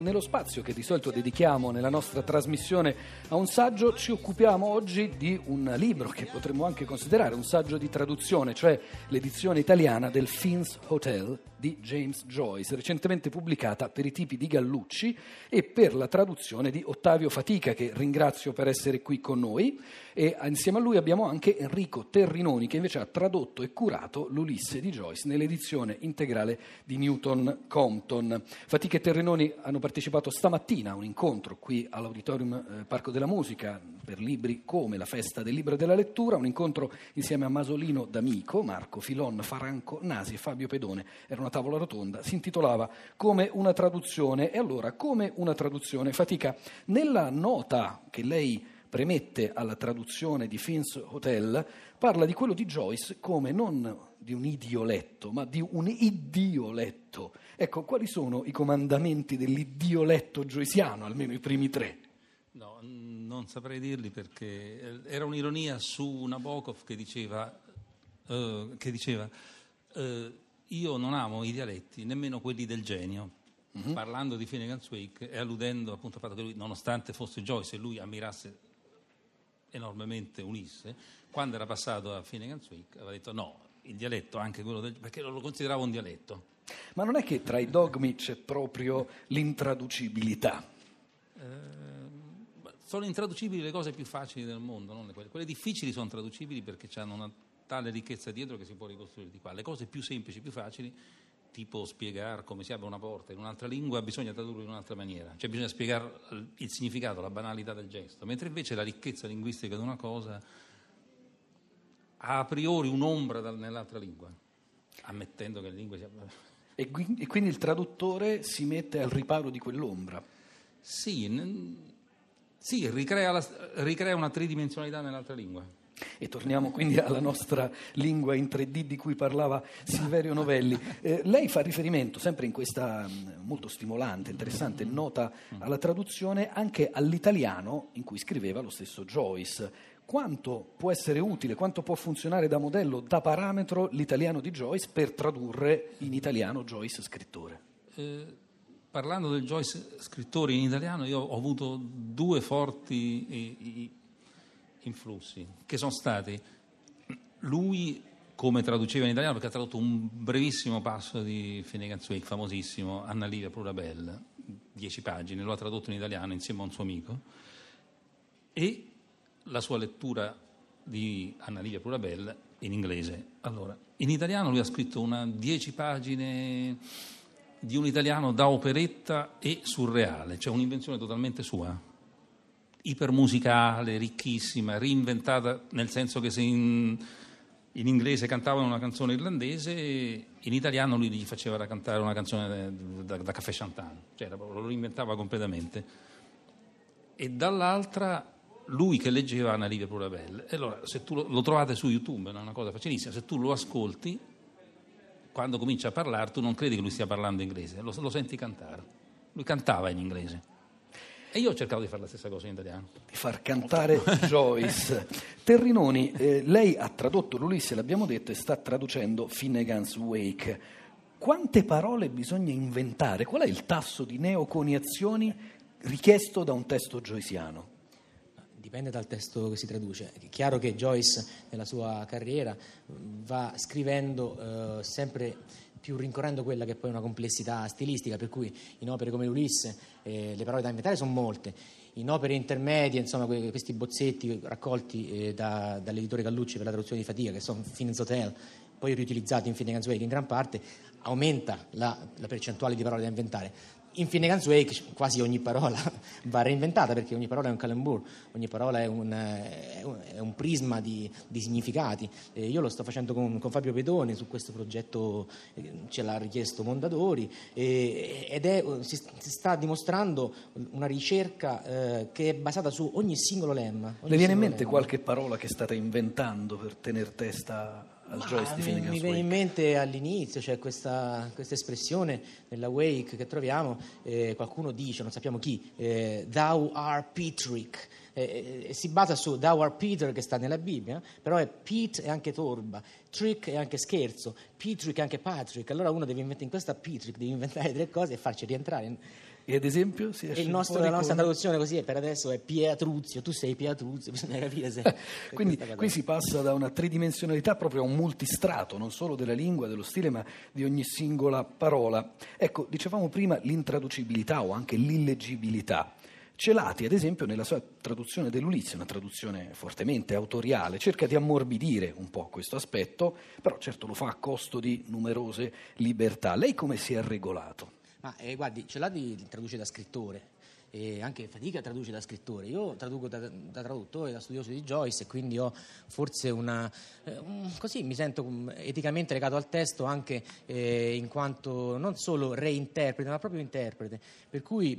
Nello spazio che di solito dedichiamo nella nostra trasmissione a un saggio, ci occupiamo oggi di un libro che potremmo anche considerare un saggio di traduzione, cioè l'edizione italiana del Finn's Hotel di James Joyce, recentemente pubblicata per i tipi di Gallucci e per la traduzione di Ottavio Fatica, che ringrazio per essere qui con noi, e insieme a lui abbiamo anche Enrico Terrinoni, che invece ha tradotto e curato l'Ulisse di Joyce nell'edizione integrale di Newton Compton. Fatica e Terrinoni hanno partecipato stamattina a un incontro qui all'Auditorium Parco della Musica per libri come la Festa del Libro e della Lettura, un incontro insieme a Masolino D'Amico, Marco Filon, Faranco Nasi e Fabio Pedone. Era una tavola rotonda, si intitolava Come una traduzione. E allora, come una traduzione? Fatica, nella nota che lei premette alla traduzione di Finn's Hotel, parla di quello di Joyce come non di un idioletto, ma di un idioletto. Ecco, quali sono i comandamenti dell'idioletto joyciano, almeno i primi tre? No, non saprei dirli, perché era un'ironia su Nabokov che diceva io non amo i dialetti, nemmeno quelli del genio, parlando di Finnegan's Wake e alludendo appunto al fatto che lui, nonostante fosse Joyce e lui ammirasse enormemente Ulisse, quando era passato a Finnegan's Wake aveva detto no, il dialetto, anche quello perché lo considerava un dialetto. Ma non è che tra i dogmi c'è proprio l'intraducibilità? Sono intraducibili le cose più facili del mondo, non quelle difficili sono traducibili perché hanno una tale ricchezza dietro che si può ricostruire di qua. Le cose più semplici, più facili, tipo spiegare come si apre una porta in un'altra lingua, bisogna tradurlo in un'altra maniera, cioè bisogna spiegare il significato, la banalità del gesto, mentre invece la ricchezza linguistica di una cosa ha a priori un'ombra nell'altra lingua, ammettendo che la lingua sia... E quindi il traduttore si mette al riparo di quell'ombra? Sì, ricrea una tridimensionalità nell'altra lingua. E torniamo quindi alla nostra lingua in 3D di cui parlava Silverio Novelli. Lei fa riferimento, sempre in questa molto stimolante, interessante nota alla traduzione, anche all'italiano in cui scriveva lo stesso Joyce. Quanto può essere utile, quanto può funzionare da modello, da parametro l'italiano di Joyce per tradurre in italiano Joyce scrittore? Parlando del Joyce scrittore in italiano, io ho avuto due forti influssi, che sono stati lui come traduceva in italiano, perché ha tradotto un brevissimo passo di Finnegan's Wake, famosissimo, Anna Livia Plurabelle, 10 pagine, lo ha tradotto in italiano insieme a un suo amico, e la sua lettura di Anna Livia Plurabelle in inglese. Allora, in italiano lui ha scritto 10 pagine di un italiano da operetta e surreale, cioè un'invenzione totalmente sua, ipermusicale, ricchissima, reinventata, nel senso che se in inglese cantavano una canzone irlandese, in italiano lui gli faceva cantare una canzone da Caffè Chantant, cioè lo reinventava completamente. E dall'altra lui che leggeva Anna Livia Plurabelle. E allora, se tu lo trovate su YouTube, è una cosa facilissima, se tu lo ascolti, quando comincia a parlare tu non credi che lui stia parlando inglese, lo senti cantare. Lui cantava in inglese. E io ho cercato di fare la stessa cosa in italiano. Di far cantare Joyce. Terrinoni, lei ha tradotto l'Ulisse, l'abbiamo detto, e sta traducendo Finnegan's Wake. Quante parole bisogna inventare? Qual è il tasso di neoconiazioni richiesto da un testo joyciano? Dipende dal testo che si traduce. È chiaro che Joyce nella sua carriera va scrivendo sempre più rincorrendo quella che è poi una complessità stilistica, per cui in opere come l'Ulisse le parole da inventare sono molte. In opere intermedie, insomma, questi bozzetti raccolti dall'editore Gallucci per la traduzione di Fatica, che sono Finn's Hotel, poi riutilizzati in Finnegan's Wake in gran parte, aumenta la percentuale di parole da inventare. In Finnegan's Wake quasi ogni parola va reinventata, perché ogni parola è un calembour, ogni parola è un prisma di significati. Io lo sto facendo con Fabio Pedone su questo progetto, ce l'ha richiesto Mondadori, ed si sta dimostrando una ricerca che è basata su ogni singolo lemma. Le viene in mente qualche parola che state inventando per tener testa al Joyce di Finnegan's Wake? Mi viene in mente all'inizio, c'è questa espressione nella Wake che troviamo, qualcuno dice, non sappiamo chi, thou art Petrick, si basa su thou art Peter, che sta nella Bibbia, però è Pete è anche torba, trick è anche scherzo, Petrick è anche Patrick. Allora uno deve inventare in questa Petrick, deve inventare 3 cose e farci rientrare. E ad esempio la nostra traduzione così per adesso è Pietruzio, tu sei Pietruzio, bisogna capire se... Quindi qui si passa da una tridimensionalità proprio a un multistrato, non solo della lingua, dello stile, ma di ogni singola parola. Ecco, dicevamo prima l'intraducibilità o anche l'illeggibilità. Celati, ad esempio, nella sua traduzione dell'Ulisse, una traduzione fortemente autoriale, cerca di ammorbidire un po' questo aspetto, però certo lo fa a costo di numerose libertà. Lei come si è regolato? Ma guardi, Celati traduce da scrittore, e anche Fatica traduce da scrittore. Io traduco da traduttore, da studioso di Joyce, e quindi ho forse così mi sento eticamente legato al testo anche in quanto non solo reinterprete, ma proprio interprete. Per cui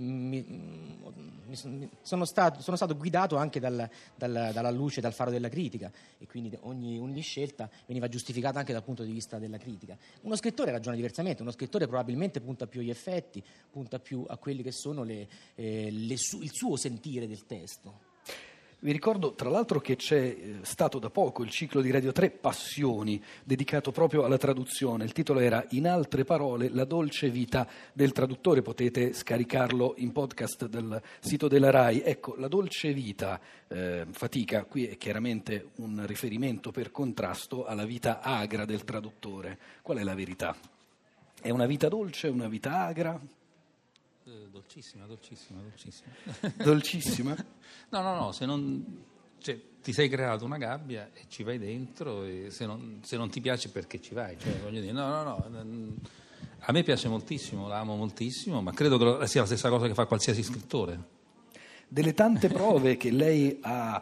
sono stato guidato anche dalla luce, dal faro della critica, e quindi ogni scelta veniva giustificata anche dal punto di vista della critica. Uno scrittore ragiona diversamente, uno scrittore probabilmente punta più agli effetti, punta più a quelli che sono il suo sentire del testo. Vi ricordo tra l'altro che c'è stato da poco il ciclo di Radio 3 Passioni, dedicato proprio alla traduzione. Il titolo era In altre parole, la dolce vita del traduttore. Potete scaricarlo in podcast dal sito della RAI. Ecco, la dolce vita, Fatica, qui è chiaramente un riferimento per contrasto alla vita agra del traduttore. Qual è la verità? È una vita dolce, una vita agra? Dolcissima. Dolcissima? No, se non... Cioè, ti sei creato una gabbia e ci vai dentro, e se non ti piace perché ci vai? Cioè, voglio dire, no. A me piace moltissimo, la amo moltissimo, ma credo che sia la stessa cosa che fa qualsiasi scrittore. Delle tante prove che lei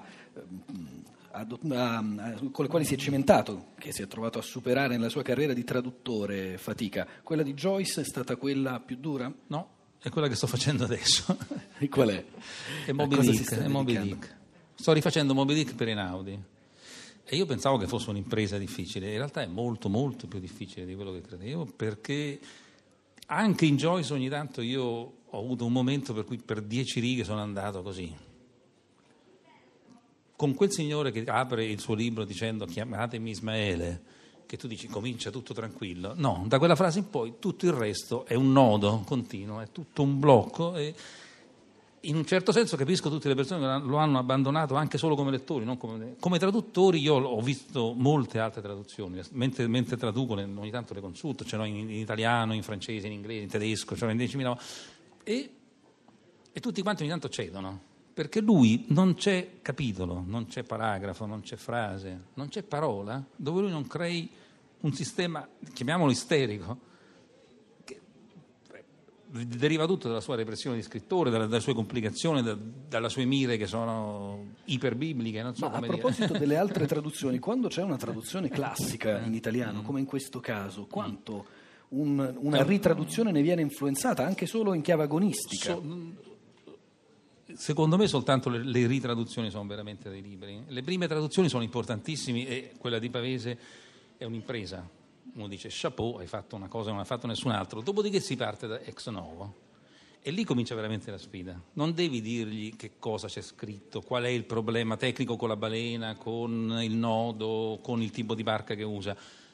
con le quali si è cimentato, che si è trovato a superare nella sua carriera di traduttore, Fatica, quella di Joyce è stata quella più dura? No, è quella che sto facendo adesso. E qual è? È Moby Dick. Sto rifacendo Moby Dick per Einaudi. E io pensavo che fosse un'impresa difficile, in realtà è molto molto più difficile di quello che credevo, perché anche in Joyce ogni tanto io ho avuto un momento per cui per 10 righe sono andato così, con quel signore che apre il suo libro dicendo chiamatemi Ismaele, che tu dici comincia tutto tranquillo. No, da quella frase in poi tutto il resto è un nodo continuo, è tutto un blocco, e in un certo senso capisco tutte le persone che lo hanno abbandonato anche solo come lettori, non come traduttori. Io ho visto molte altre traduzioni, mentre traduco ogni tanto le consulto, ce l'ho in italiano, in francese, in inglese, in tedesco, ce l'ho in 10.000, e tutti quanti ogni tanto cedono, perché lui non c'è capitolo, non c'è paragrafo, non c'è frase, non c'è parola dove lui non crei un sistema, chiamiamolo isterico, che deriva tutto dalla sua repressione di scrittore, dalle sue complicazioni, dalle sue mire che sono iperbibliche. Non so. Ma a proposito delle altre traduzioni, quando c'è una traduzione classica in italiano, come in questo caso, quanto una ritraduzione ne viene influenzata, anche solo in chiave agonistica? Secondo me soltanto le ritraduzioni sono veramente dei libri. Le prime traduzioni sono importantissime, e quella di Pavese è un'impresa. Uno dice chapeau, hai fatto una cosa che non ha fatto nessun altro. Dopodiché si parte da ex novo e lì comincia veramente la sfida. Non devi dirgli che cosa c'è scritto, qual è il problema tecnico con la balena, con il nodo, con il tipo di barca che usa.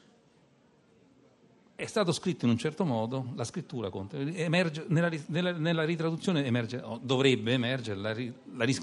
È stato scritto in un certo modo, la scrittura conta. Emerge nella ritraduzione, dovrebbe emergere la riscrittura.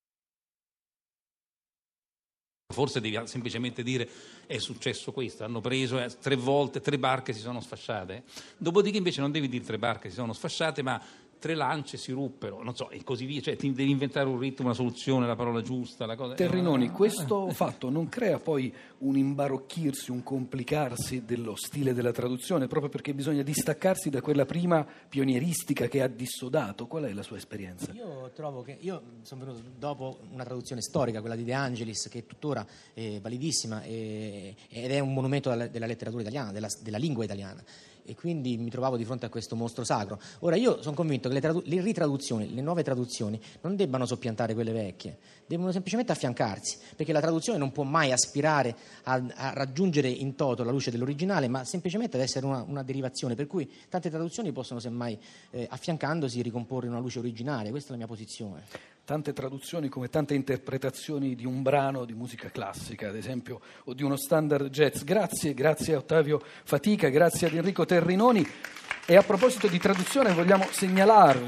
Forse devi semplicemente dire è successo questo, hanno preso 3 volte, 3 barche si sono sfasciate. Dopodiché invece non devi dire 3 barche si sono sfasciate, ma 3 lance si ruppero, non so, e così via. Cioè ti devi inventare un ritmo, una soluzione, la parola giusta, la cosa. Terrinoni, questo fatto non crea poi un imbarocchirsi, un complicarsi dello stile della traduzione, proprio perché bisogna distaccarsi da quella prima pionieristica che ha dissodato? Qual è la sua esperienza? Io trovo che io sono venuto dopo una traduzione storica, quella di De Angelis, che è tuttora validissima ed è un monumento della letteratura italiana, della lingua italiana, e quindi mi trovavo di fronte a questo mostro sacro. Ora io sono convinto che le ritraduzioni, le nuove traduzioni non debbano soppiantare quelle vecchie, devono semplicemente affiancarsi, perché la traduzione non può mai aspirare a raggiungere in toto la luce dell'originale, ma semplicemente ad essere una derivazione, per cui tante traduzioni possono semmai affiancandosi ricomporre una luce originale. Questa è la mia posizione. Tante traduzioni come tante interpretazioni di un brano di musica classica, ad esempio, o di uno standard jazz. Grazie a Ottavio Fatica, grazie ad Enrico Terrinoni. E a proposito di traduzione vogliamo segnalarvi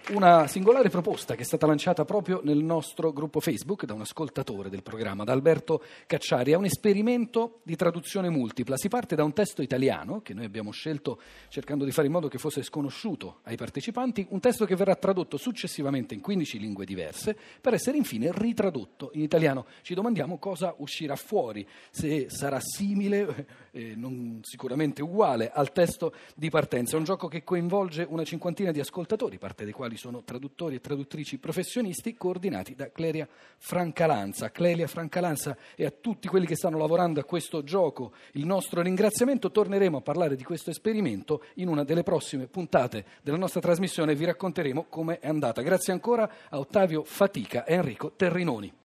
Una singolare proposta che è stata lanciata proprio nel nostro gruppo Facebook da un ascoltatore del programma, da Alberto Cacciari. È un esperimento di traduzione multipla. Si parte da un testo italiano che noi abbiamo scelto cercando di fare in modo che fosse sconosciuto ai partecipanti, un testo che verrà tradotto successivamente in 15 lingue diverse per essere infine ritradotto in italiano. Ci domandiamo cosa uscirà fuori, se sarà simile, non sicuramente uguale al testo di partenza. È un gioco che coinvolge una cinquantina di ascoltatori, parte dei quali sono traduttori e traduttrici professionisti, coordinati da Clelia Francalanza. Clelia Francalanza e a tutti quelli che stanno lavorando a questo gioco il nostro ringraziamento. Torneremo a parlare di questo esperimento in una delle prossime puntate della nostra trasmissione e vi racconteremo come è andata. Grazie ancora a Ottavio Fatica e Enrico Terrinoni.